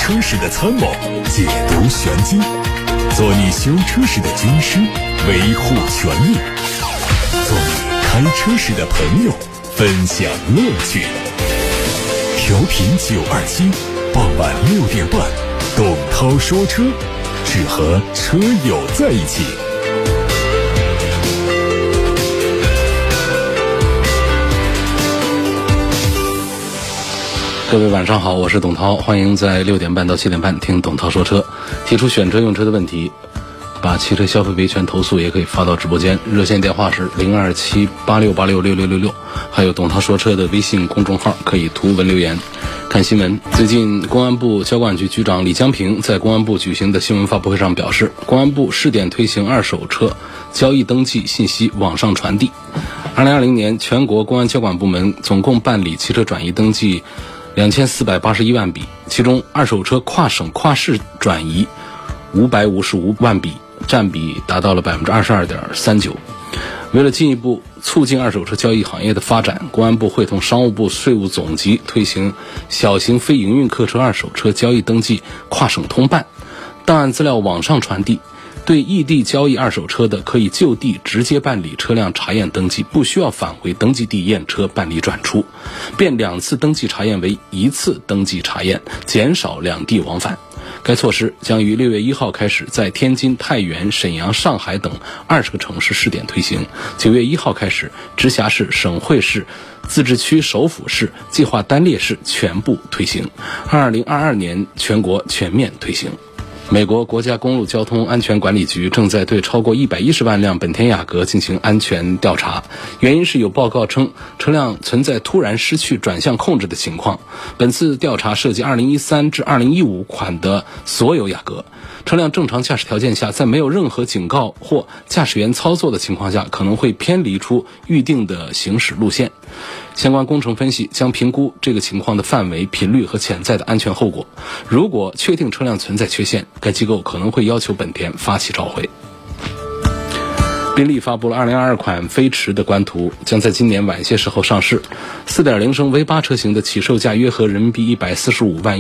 车时的参谋，解读玄机，做你修车时的军师，维护权益，做你开车时的朋友，分享乐趣。调频927，傍晚6点半，董涛说车，只和车友在一起。 各位晚上好，我是董涛，欢迎在6点半到7点半听董涛说车，提出选车用车的问题，把汽车消费维权投诉也可以发到直播间，热线电话是02786866666，还有董涛说车的微信公众号，可以图文留言。看新闻，最近公安部交管局局长李江平在公安部举行的新闻发布会上表示，公安部试点推行二手车交易登记信息网上传递。2020年全国公安交管部门总共办理汽车转移登记2481万笔，其中二手车跨省跨市转移555万笔，占比达到了 22.39%。为了进一步促进二手车交易行业的发展，公安部会同商务部税务总局推行小型非营运客车二手车交易登记跨省通办，档案资料网上传递，对异地交易二手车的可以就地直接办理车辆查验登记，不需要返回登记地验车办理转出，变2次登记查验为1次登记查验，减少两地往返。该措施将于6月1号开始在天津、太原、沈阳、上海等20个城市试点推行，9月1号开始直辖市、省会市、自治区首府市、计划单列市全部推行，2022年全国全面推行。美国国家公路交通安全管理局正在对超过110万辆本田雅阁进行安全调查，原因是有报告称车辆存在突然失去转向控制的情况。本次调查涉及2013至2015款的所有雅阁，车辆正常驾驶条件下，在没有任何警告或驾驶员操作的情况下，可能会偏离出预定的行驶路线。相关工程分析将评估这个情况的范围、频率和潜在的安全后果。如果确定车辆存在缺陷，该机构可能会要求本田发起召回。宾利发布了2022款飞驰的官图，将在今年晚些时候上市。4.0 升 V8 车型的起售价约合人民币145万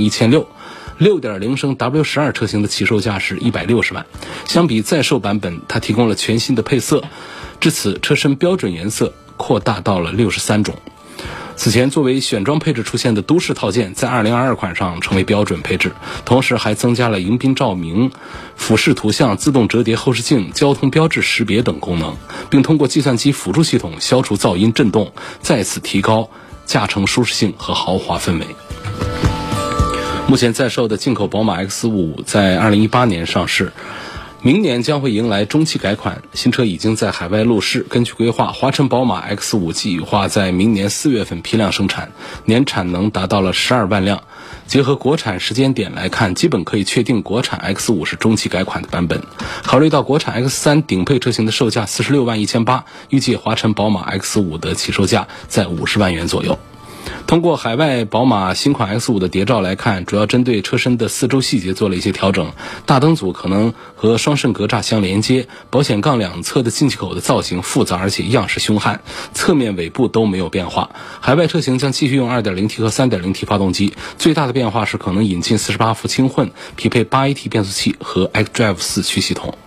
1600，6.0 升 W12 车型的起售价是160万。相比在售版本，它提供了全新的配色，至此车身标准颜色扩大到了63种。此前作为选装配置出现的都市套件，在2022款上成为标准配置，同时还增加了迎宾照明、俯视图像、自动折叠后视镜、交通标志识别等功能，并通过计算机辅助系统消除噪音震动，再次提高驾乘舒适性和豪华氛围。目前在售的进口宝马 X5 在2018年上市，明年将会迎来中期改款，新车已经在海外路试。根据规划，华晨宝马 X5 计划在明年4月份批量生产，年产能达到了12万辆。结合国产时间点来看，基本可以确定国产 X5 是中期改款的版本。考虑到国产 X3 顶配车型的售价46万1800，预计华晨宝马 X5 的起售价在50万元左右。通过海外宝马新款 X5 的谍照来看，主要针对车身的四周细节做了一些调整，大灯组可能和双肾格栅相连接，保险杠两侧的进气口的造型复杂而且样式凶悍，侧面尾部都没有变化。海外车型将继续用 2.0T 和 3.0T 发动机，最大的变化是可能引进48伏轻混，匹配 8AT 变速器和 xDrive 4驱系统。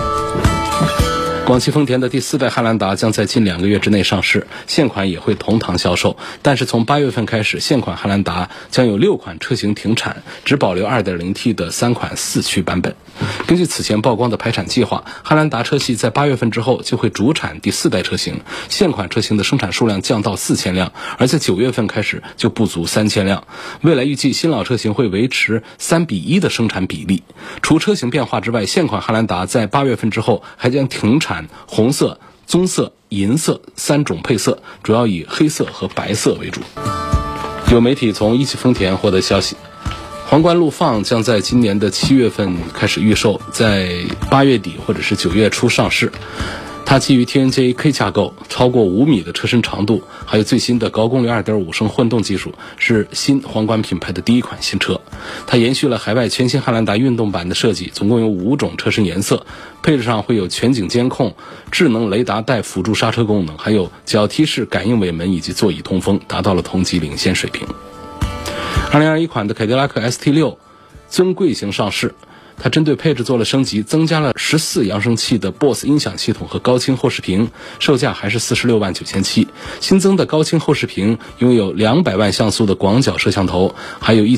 广汽丰田的第4代汉兰达将在近2个月之内上市，现款也会同堂销售，但是从8月份开始，现款汉兰达将有6款车型停产，只保留 2.0T 的3款4驱版本。根据此前曝光的排产计划，汉兰达车系在8月份之后就会主产第4代车型，现款车型的生产数量降到4000辆，而在9月份开始就不足3000辆。未来预计新老车型会维持3:1的生产比例。除车型变化之外，现款汉兰达在8月份之后还将停产红色、棕色、银色3种配色，主要以黑色和白色为主。有媒体从一汽丰田获得消息，皇冠陆放将在今年的7月份开始预售，在8月底或者是9月初上市。它基于 TNGA-K 架构，超过5米的车身长度，还有最新的高功率 2.5 升混动技术，是新皇冠品牌的第一款新车。它延续了海外全新汉兰达运动版的设计，总共有5种车身颜色，配置上会有全景监控、智能雷达带辅助刹车功能，还有脚踢式感应尾门以及座椅通风，达到了同级领先水平。2021款的凯迪拉克 ST6 尊贵型上市。它针对配置做了升级，增加了14扬声器的 BOSS 音响系统和高清后视屏，售价还是46万9700。新增的高清后视屏拥有200万像素的广角摄像头，还有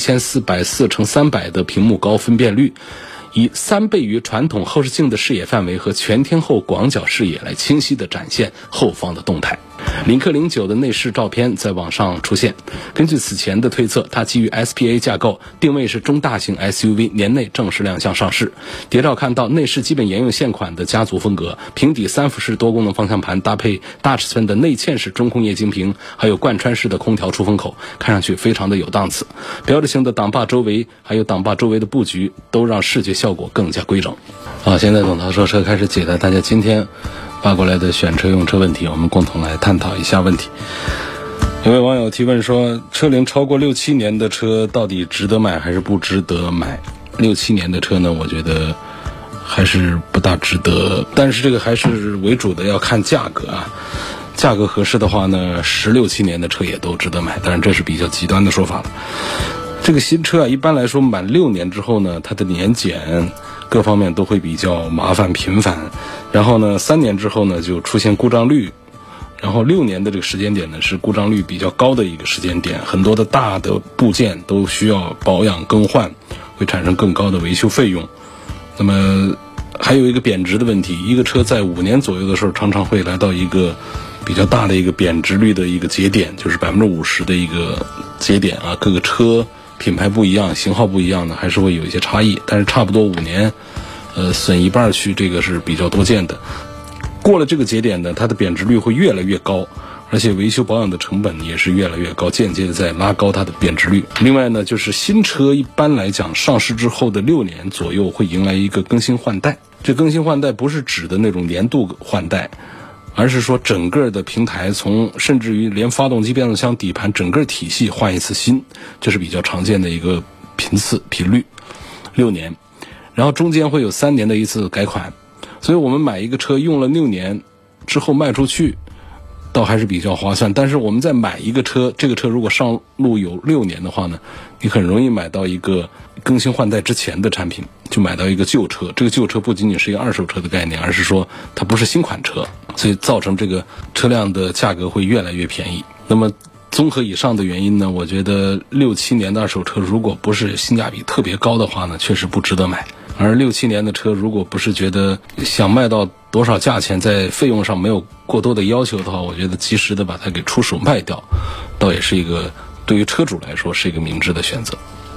1440×300的屏幕高分辨率，以3倍于传统后视镜的视野范围和全天候广角视野来清晰地展现后方的动态。领克09的内饰照片在网上出现，根据此前的推测，它基于 SPA 架构，定位是中大型 SUV， 年内正式亮相上市。谍照看到内饰基本沿用现款的家族风格，平底3辐式多功能方向盘搭配大尺寸的内嵌式中控液晶屏，还有贯穿式的空调出风口，看上去非常的有档次。标志性的挡把周围还有挡把周围的布局都让视觉效果更加规整。好，现在董涛说车开始解答大家今天发过来的选车用车问题，我们共同来探讨一下问题。有位网友提问说，车龄超过6、7年的车到底值得买还是不值得买？6、7年的车呢，我觉得还是不大值得，但是这个还是为主的要看价格啊。价格合适的话呢，16、7年的车也都值得买，当然这是比较极端的说法了。这个新车啊，一般来说满6年之后呢，它的年检各方面都会比较麻烦频繁，然后呢3年之后呢就出现故障率，然后6年的这个时间点呢是故障率比较高的一个时间点，很多的大的部件都需要保养更换，会产生更高的维修费用。那么还有一个贬值的问题，一个车在5年左右的时候常常会来到一个比较大的一个贬值率的一个节点，就是50%的一个节点啊。各个车品牌不一样，型号不一样呢，还是会有一些差异，但是差不多5年损一半去，这个是比较多见的。过了这个节点呢，它的贬值率会越来越高，而且维修保养的成本也是越来越高，间接的在拉高它的贬值率。另外呢，就是新车一般来讲上市之后的6年左右会迎来一个更新换代，这更新换代不是指的那种年度换代，而是说整个的平台甚至于连发动机、变速箱、底盘整个体系换一次新，这是比较常见的一个频率，6年，然后中间会有3年的一次改款。所以我们买一个车用了6年之后卖出去倒还是比较划算，但是我们再买一个车，这个车如果上路有6年的话呢，你很容易买到一个更新换代之前的产品，就买到一个旧车。这个旧车不仅仅是一个二手车的概念，而是说它不是新款车，所以造成这个车辆的价格会越来越便宜。那么综合以上的原因呢，我觉得6、7年的二手车如果不是性价比特别高的话呢，确实不值得买。而6、7年的车如果不是觉得想卖到多少价钱，在费用上没有过多的要求的话，我觉得及时的把它给出手卖掉，倒也是一个对于车主来说是一个明智的选择。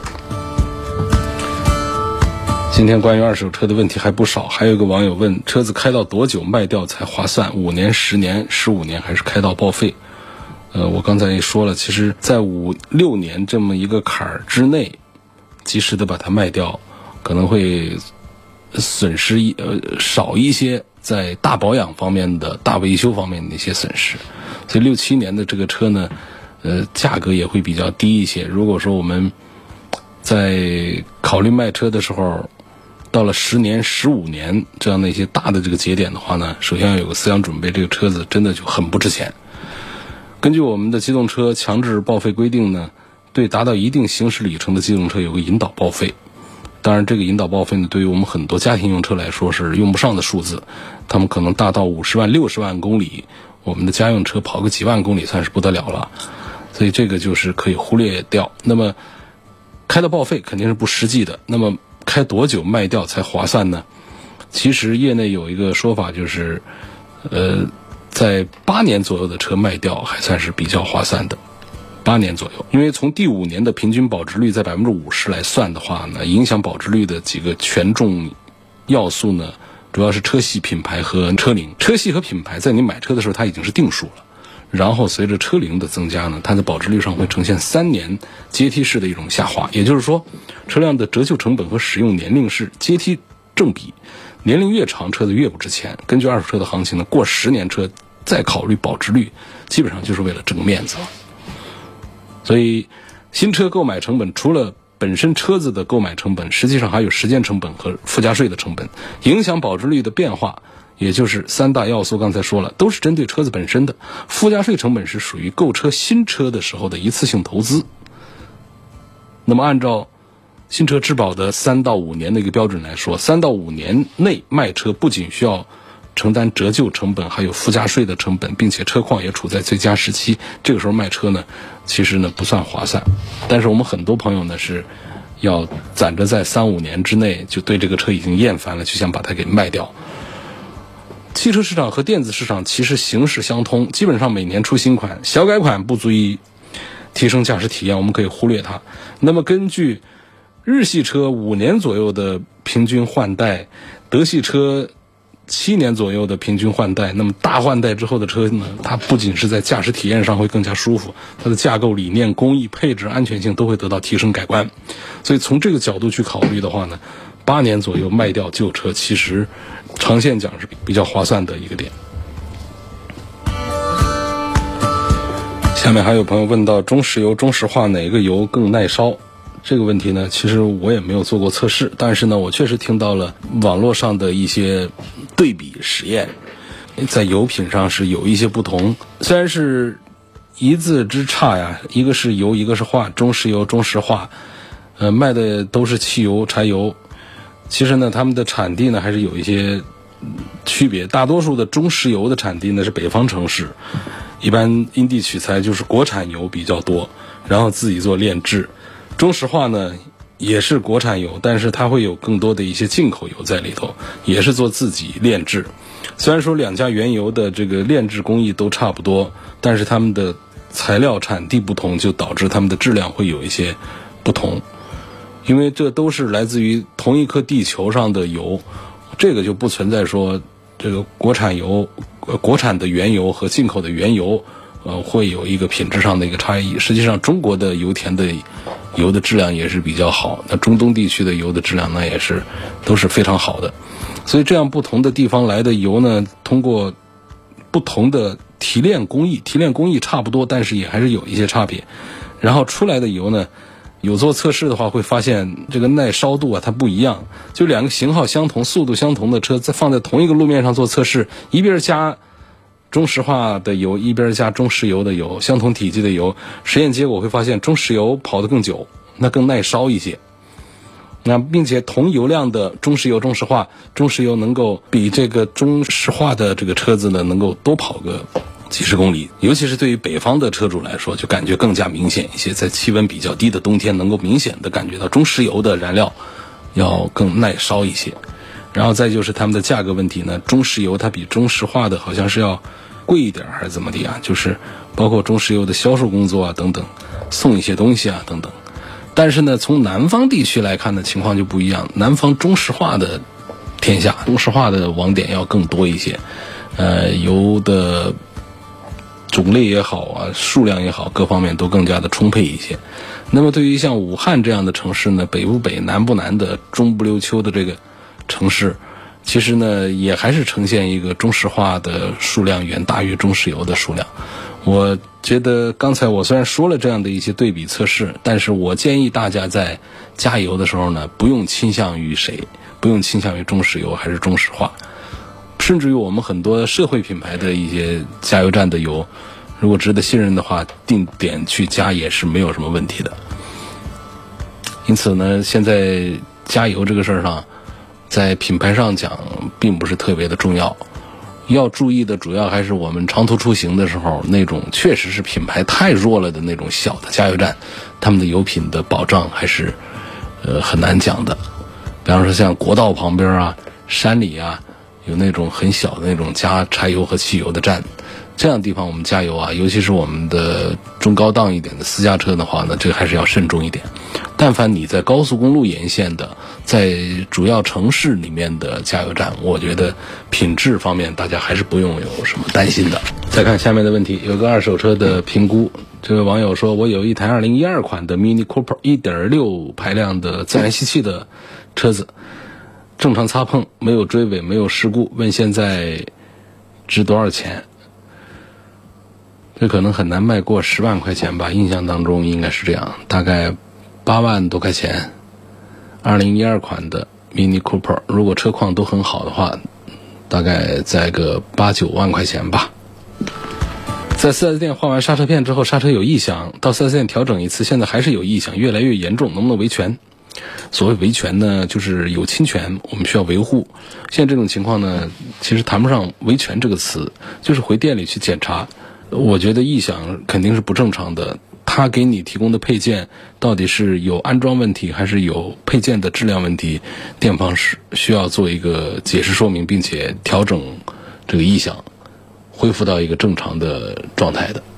今天关于二手车的问题还不少，还有一个网友问，车子开到多久卖掉才划算？5年、10年、15年，还是开到报废？我刚才也说了，其实在5、6年这么一个坎儿之内，及时的把它卖掉，可能会损失少一些在大保养方面的、大维修方面的一些损失。所以6、7年的这个车呢，价格也会比较低一些。如果说我们在考虑卖车的时候，到了10年、15年这样的一些大的这个节点的话呢，首先要有个思想准备，这个车子真的就很不值钱。根据我们的机动车强制报废规定呢，对达到一定行驶里程的机动车有个引导报废。当然这个引导报废呢，对于我们很多家庭用车来说是用不上的数字，他们可能大到50万、60万公里，我们的家用车跑个几万公里算是不得了了，所以这个就是可以忽略掉。那么开到报废肯定是不实际的，那么开多久卖掉才划算呢？其实业内有一个说法，就是在8年左右的车卖掉还算是比较划算的。8年左右，因为从第5年的平均保值率在50%来算的话呢，影响保值率的几个权重要素呢，主要是车系、品牌和车龄。车系和品牌在你买车的时候它已经是定数了，然后随着车龄的增加呢，它的保值率上会呈现3年阶梯式的一种下滑。也就是说，车辆的折旧成本和使用年龄是阶梯正比，年龄越长车子越不值钱。根据二手车的行情呢，过10年车再考虑保值率，基本上就是为了挣面子了。所以新车购买成本除了本身车子的购买成本，实际上还有时间成本和附加税的成本。影响保值率的变化，也就是3大要素，刚才说了，都是针对车子本身的。附加税成本是属于购车新车的时候的一次性投资。那么按照新车质保的3到5年的一个标准来说，3到5年内卖车不仅需要承担折旧成本，还有附加税的成本，并且车况也处在最佳时期，这个时候卖车呢，其实呢不算划算。但是我们很多朋友呢是要攒着在3、5年之内就对这个车已经厌烦了，就想把它给卖掉。汽车市场和电子市场其实形式相通，基本上每年出新款，小改款不足以提升驾驶体验，我们可以忽略它。那么根据日系车5年左右的平均换代，德系车7年左右的平均换代，那么大换代之后的车呢，它不仅是在驾驶体验上会更加舒服，它的架构理念、工艺、配置、安全性都会得到提升改观。所以从这个角度去考虑的话呢，8年左右卖掉旧车，其实长线讲是比较划算的一个点。下面还有朋友问到中石油、中石化哪个油更耐烧？这个问题呢，其实我也没有做过测试，但是呢，我确实听到了网络上的一些对比实验，在油品上是有一些不同，虽然是一字之差呀，一个是油，一个是化，中石油、中石化，卖的都是汽油、柴油，其实呢，他们的产地呢还是有一些区别。大多数的中石油的产地呢是北方城市，一般因地取材，就是国产油比较多，然后自己做炼制。中石化呢也是国产油，但是它会有更多的一些进口油在里头，也是做自己炼制。虽然说两家原油的这个炼制工艺都差不多，但是他们的材料产地不同，就导致他们的质量会有一些不同。因为这都是来自于同一颗地球上的油，这个就不存在说这个国产油、国产的原油和进口的原油会有一个品质上的一个差异。实际上中国的油田的油的质量也是比较好，那中东地区的油的质量呢也是都是非常好的。所以这样不同的地方来的油呢，通过不同的提炼工艺差不多，但是也还是有一些差别。然后出来的油呢，有做测试的话会发现这个耐烧度啊它不一样，就两个型号相同、速度相同的车再放在同一个路面上做测试，一边加中石化的油，一边加中石油的油，相同体积的油，实验结果会发现中石油跑得更久，那更耐烧一些。那并且同油量的中石油、中石化，中石油能够比这个中石化的这个车子呢能够多跑个几十公里，尤其是对于北方的车主来说，就感觉更加明显一些，在气温比较低的冬天能够明显的感觉到中石油的燃料要更耐烧一些。然后再就是他们的价格问题呢，中石油它比中石化的好像是要贵一点还是怎么的啊，就是包括中石油的销售工作啊等等，送一些东西啊等等。但是呢，从南方地区来看的情况就不一样，南方中石化的天下，中石化的网点要更多一些，油的种类也好啊，数量也好，各方面都更加的充沛一些。那么对于像武汉这样的城市呢，北不北南不南的中不溜秋的这个城市，其实呢也还是呈现一个中石化的数量远大于中石油的数量。我觉得刚才我虽然说了这样的一些对比测试，但是我建议大家在加油的时候呢，不用倾向于谁，不用倾向于中石油还是中石化，甚至于我们很多社会品牌的一些加油站的油，如果值得信任的话，定点去加也是没有什么问题的。因此呢，现在加油这个事儿上，在品牌上讲并不是特别的重要，要注意的主要还是我们长途出行的时候，那种确实是品牌太弱了的那种小的加油站，他们的油品的保障还是很难讲的。比方说像国道旁边啊、山里啊，有那种很小的那种加柴油和汽油的站，这样的地方我们加油啊，尤其是我们的中高档一点的私家车的话呢，这个还是要慎重一点。但凡你在高速公路沿线的，在主要城市里面的加油站，我觉得品质方面大家还是不用有什么担心的。再看下面的问题，有个二手车的评估。这位网友说，我有一台2012款的 Mini Cooper 1.6 排量的自然吸气的车子，正常擦碰，没有追尾，没有事故，问现在值多少钱？这可能很难卖过10万块钱吧，印象当中应该是这样，大概8万多块钱。2012款的 Mini Cooper 如果车况都很好的话，大概在个8、9万块钱吧。在 4S 店换完刹车片之后，刹车有异响，到 4S 店调整一次，现在还是有异响，越来越严重，能不能维权？ 所谓维权呢，就是有侵权，我们需要维护。现在这种情况呢，其实谈不上维权这个词，就是回店里去检查。我觉得异响肯定是不正常的，他给你提供的配件到底是有安装问题还是有配件的质量问题，店方是需要做一个解释说明，并且调整这个异响，恢复到一个正常的状态的。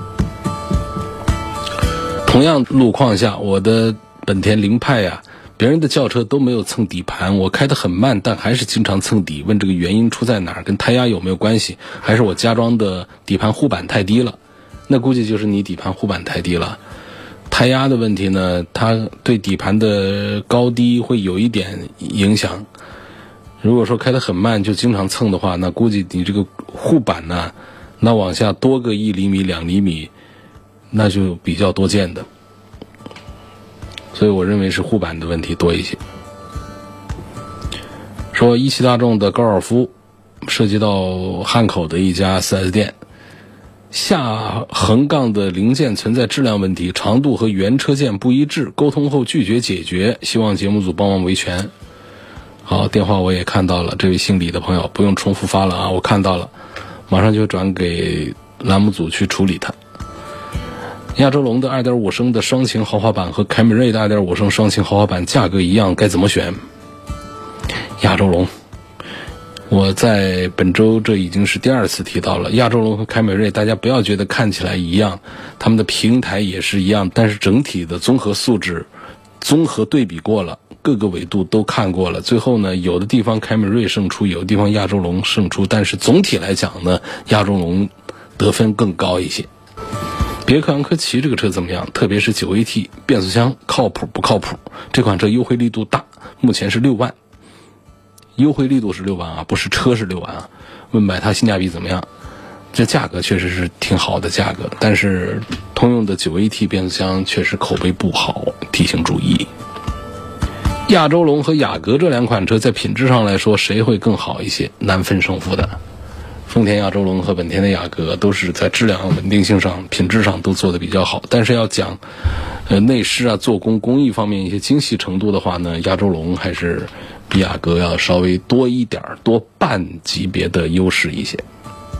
同样路况下，我的本田凌派呀，别人的轿车都没有蹭底盘，我开得很慢，但还是经常蹭底。问这个原因出在哪儿？跟胎压有没有关系？还是我加装的底盘护板太低了？那估计就是你底盘护板太低了。胎压的问题呢，它对底盘的高低会有一点影响。如果说开得很慢就经常蹭的话，那估计你这个护板呢，那往下多个1厘米、2厘米，那就比较多见的。所以我认为是护板的问题多一些。说一汽大众的高尔夫涉及到汉口的一家 4S 店，下横杠的零件存在质量问题，长度和原车件不一致，沟通后拒绝解决，希望节目组帮忙维权。好，电话我也看到了，这位姓李的朋友不用重复发了啊，我看到了，马上就转给栏目组去处理它。亚洲龙的 2.5 升的双擎豪华版和凯美瑞的 2.5 升双擎豪华版价格一样，该怎么选？亚洲龙，我在本周这已经是第2次提到了，亚洲龙和凯美瑞大家不要觉得看起来一样，他们的平台也是一样，但是整体的综合素质综合对比过了，各个维度都看过了，最后呢，有的地方凯美瑞胜出，有的地方亚洲龙胜出，但是总体来讲呢，亚洲龙得分更高一些。别克昂科旗这个车怎么样？特别是 9AT 变速箱靠谱不靠谱？这款车优惠力度大，目前是6万，优惠力度是6万啊，不是车是6万啊。问买它性价比怎么样？这价格确实是挺好的价格，但是通用的 9AT 变速箱确实口碑不好，提醒注意。亚洲龙和雅阁这2款车在品质上来说，谁会更好一些？难分胜负的。丰田亚洲龙和本田的雅阁都是在质量稳定性上、品质上都做得比较好，但是要讲内饰啊、做工、工艺方面一些精细程度的话呢，亚洲龙还是比雅阁要稍微多一点，多半级别的优势一些。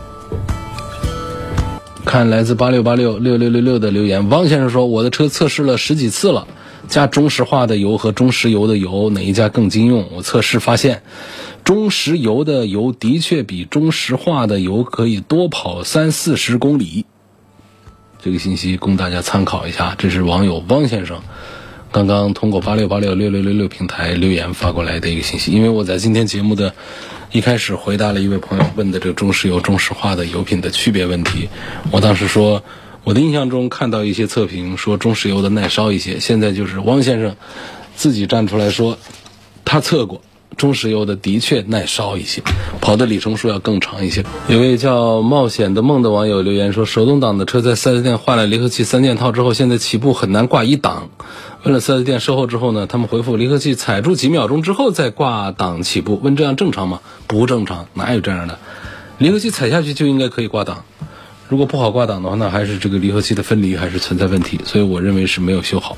看来自86866666的留言，汪先生说，我的车测试了10几次了，加中石化的油和中石油的油哪一家更经用？我测试发现中石油的油的确比中石化的油可以多跑30-40公里，这个信息供大家参考一下。这是网友汪先生刚刚通过86866666平台留言发过来的一个信息。因为我在今天节目的一开始回答了一位朋友问的这个中石油、中石化的油品的区别问题，我当时说我的印象中看到一些测评说中石油的耐烧一些，现在就是汪先生自己站出来说他测过中石油的确耐烧一些，跑的里程数要更长一些。有位叫冒险的梦的网友留言说，手动挡的车在 4S 店换了离合器3件套之后，现在起步很难挂1档。问了 4S 店售后之后呢，他们回复离合器踩住几秒钟之后再挂档起步。问这样正常吗？不正常，哪有这样的？离合器踩下去就应该可以挂档，如果不好挂档的话，那还是这个离合器的分离还是存在问题，所以我认为是没有修好。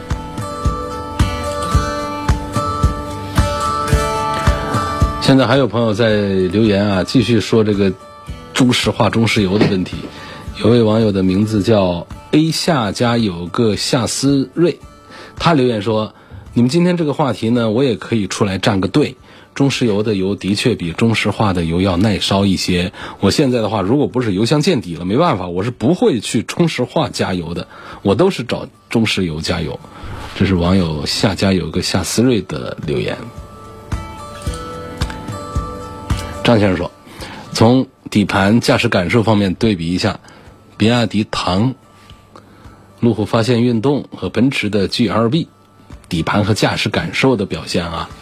现在还有朋友在留言啊，继续说这个中石化、中石油的问题。有位网友的名字叫 A 夏家有个夏思睿，他留言说，你们今天这个话题呢，我也可以出来站个队。中石油的油的确比中石化的油要耐烧一些。我现在的话，如果不是油箱见底了，没办法，我是不会去中石化加油的，我都是找中石油加油。这是网友夏家有个夏思睿的留言。张先生说，从底盘驾驶感受方面对比一下比亚迪唐、路虎发现运动和奔驰的 GLB 底盘和驾驶感受的表现啊。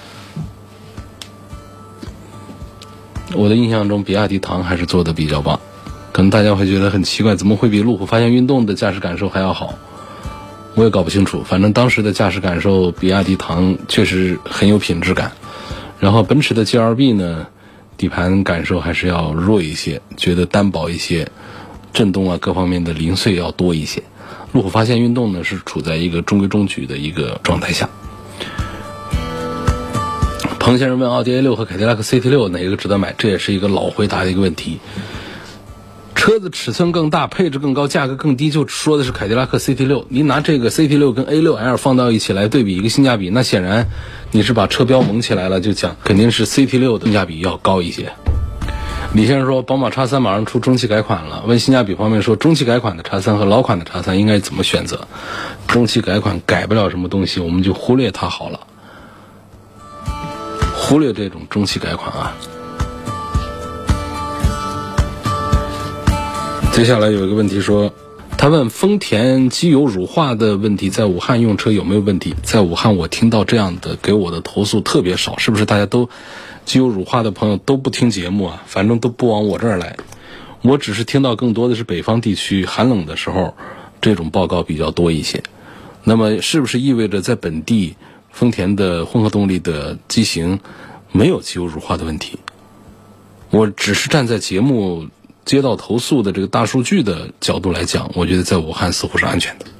我的印象中比亚迪唐还是做的比较棒，可能大家会觉得很奇怪，怎么会比路虎发现运动的驾驶感受还要好？我也搞不清楚，反正当时的驾驶感受比亚迪唐确实很有品质感，然后奔驰的 GLB 呢底盘感受还是要弱一些，觉得单薄一些，震动啊各方面的零碎要多一些。路虎发现运动呢是处在一个中规中矩的一个状态下。 彭先生问奥迪 A6 和凯迪拉克 CT6 哪个值得买，这也是一个老回答的一个问题。车子尺寸更大，配置更高，价格更低，就说的是凯迪拉克 CT6。你拿这个 CT6 跟 A6L 放到一起来对比一个性价比，那显然你是把车标蒙起来了，就讲肯定是 CT6 的性价比要高一些。李先生说宝马 X3 马上出中期改款了，问性价比方面说中期改款的 X3 和老款的 X3 应该怎么选择？中期改款改不了什么东西，我们就忽略它好了，忽略这种中期改款啊。接下来有一个问题说，他问丰田机油乳化的问题在武汉用车有没有问题？在武汉我听到这样的给我的投诉特别少，是不是大家都机油乳化的朋友都不听节目啊？反正都不往我这儿来，我只是听到更多的是北方地区寒冷的时候这种报告比较多一些。那么是不是意味着在本地丰田的混合动力的机型没有机油乳化的问题？我只是站在节目接到投诉的这个大数据的角度来讲，我觉得在武汉似乎是安全的。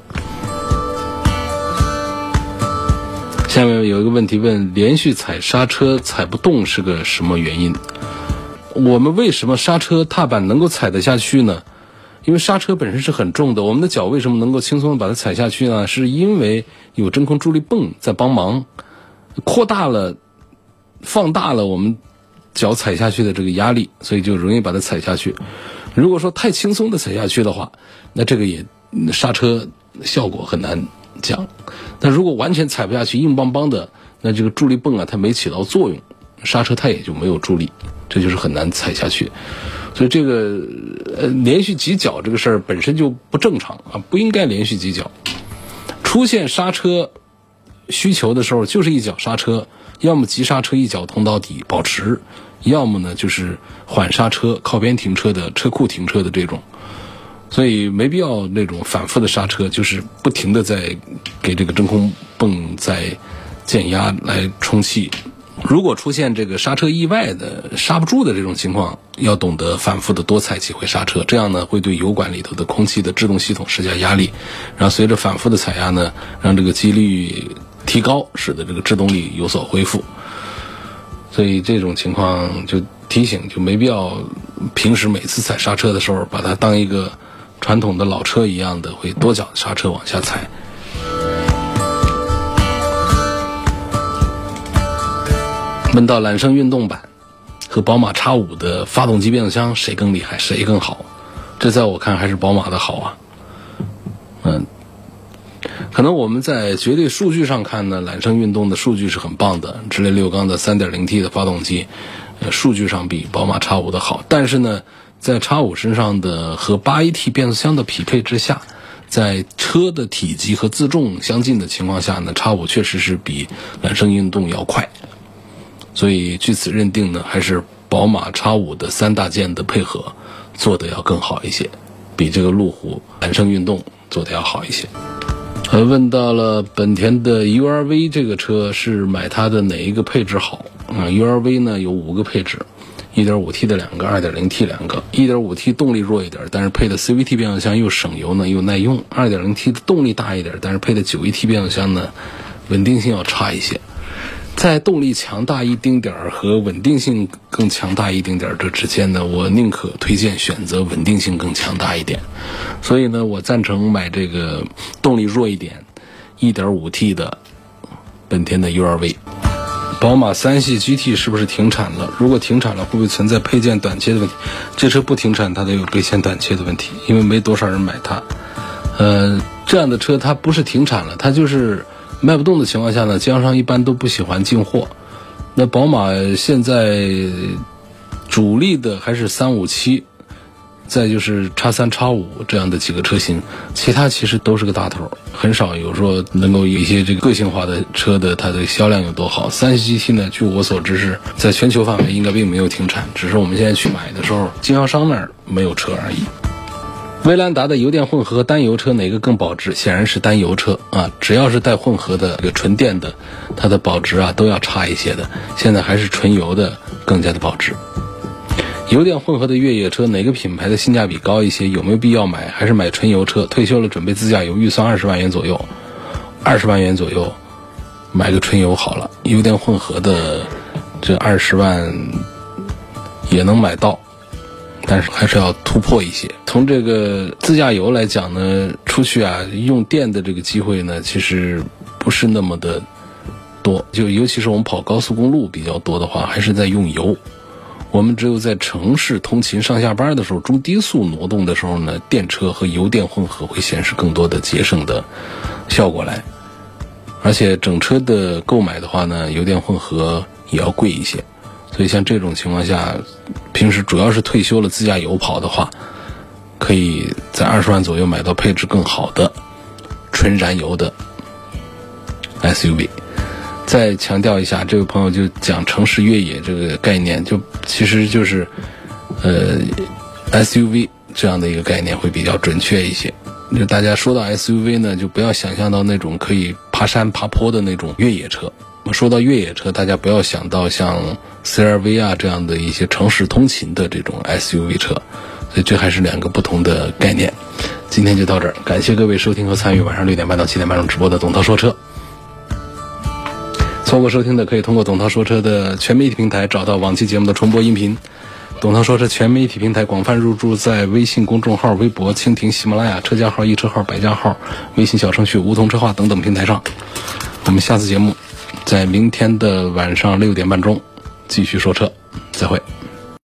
下面有一个问题问，连续踩刹车踩不动是个什么原因？我们为什么刹车踏板能够踩得下去呢？因为刹车本身是很重的，我们的脚为什么能够轻松地把它踩下去呢？是因为有真空助力泵在帮忙，扩大了放大了我们脚踩下去的这个压力，所以就容易把它踩下去。如果说太轻松的踩下去的话，那这个也刹车效果很难讲。但如果完全踩不下去，硬邦邦的，那这个助力泵啊它没起到作用，刹车它也就没有助力，这就是很难踩下去。所以这个连续挤脚这个事儿本身就不正常啊，不应该连续挤脚。出现刹车需求的时候，就是一脚刹车，要么急刹车一脚通到底保持，要么呢就是缓刹车靠边停车的车库停车的这种。所以没必要那种反复的刹车，就是不停的在给这个真空泵在减压来充气。如果出现这个刹车意外的刹不住的这种情况，要懂得反复的多踩几回刹车，这样呢会对油管里头的空气的制动系统施加压力，然后随着反复的踩压呢，让这个机率提高，使得这个制动力有所恢复。所以这种情况就提醒，就没必要平时每次踩刹车的时候把它当一个传统的老车一样的会多脚刹车往下踩。问到揽胜运动版和宝马 X5 的发动机变速箱谁更厉害谁更好，这在我看还是宝马的好啊。可能我们在绝对数据上看呢，揽胜运动的数据是很棒的，直列六缸的 3.0T 的发动机数据上比宝马 X5 的好，但是呢在 X5 身上的和 8AT 变速箱的匹配之下，在车的体积和自重相近的情况下呢， X5 确实是比揽胜运动要快。所以据此认定呢，还是宝马 X5 的3大件的配合做得要更好一些，比这个路虎揽胜运动做得要好一些。问到了本田的 URV 这个车是买它的哪一个配置好？URV 呢有5个配置， 1.5T 的2个， 2.0T 2个。 1.5T 动力弱一点，但是配的 CVT 变速箱又省油呢又耐用。 2.0T 的动力大一点，但是配的 9AT 变速箱呢稳定性要差一些。在动力强大一丁点儿和稳定性更强大一丁点儿这之间呢，我宁可推荐选择稳定性更强大一点。所以呢，我赞成买这个动力弱一点 1.5T 的本田的 URV。 宝马3系 GT 是不是停产了？如果停产了，会不会存在配件短缺的问题？这车不停产它得有配件短缺的问题，因为没多少人买它。这样的车它不是停产了，它就是卖不动的情况下呢，经销商一般都不喜欢进货。那宝马现在主力的还是357，再就是 X3 X5 这样的几个车型，其他其实都是个大头，很少有说能够有一些这个个性化的车的它的销量有多好。3系 GT 呢，据我所知是在全球范围应该并没有停产，只是我们现在去买的时候经销商那儿没有车而已。威兰达的油电混合和单油车哪个更保值？显然是单油车啊，只要是带混合的这个纯电的，它的保值啊都要差一些的。现在还是纯油的更加的保值。油电混合的越野车哪个品牌的性价比高一些？有没有必要买？还是买纯油车？退休了准备自驾游，预算20万元左右，20万元左右买个纯油好了。油电混合的这20万也能买到，但是还是要突破一些。从这个自驾游来讲呢，出去啊用电的这个机会呢，其实不是那么的多，就尤其是我们跑高速公路比较多的话，还是在用油。我们只有在城市通勤上下班的时候，中低速挪动的时候呢，电车和油电混合会显示更多的节省的效果来。而且整车的购买的话呢，油电混合也要贵一些。所以像这种情况下，平时主要是退休了自驾游跑的话，可以在20万左右买到配置更好的纯燃油的 SUV。再强调一下，这位朋友就讲城市越野这个概念，就其实就是SUV 这样的一个概念会比较准确一些。就大家说到 SUV 呢，就不要想象到那种可以爬山爬坡的那种越野车。说到越野车，大家不要想到像 CR-V 啊这样的一些城市通勤的这种 SUV 车，所以这还是两个不同的概念。今天就到这儿，感谢各位收听和参与晚上6点半到7点半钟直播的董涛说车。错过收听的可以通过董涛说车的全媒体平台找到往期节目的重播音频。董涛说车全媒体平台广泛入驻在微信公众号、微博、蜻蜓、喜马拉雅、车家号、易车号、百家号、微信小程序、梧桐车话等等平台上。我们下次节目在明天的晚上6点半钟继续说车，再会。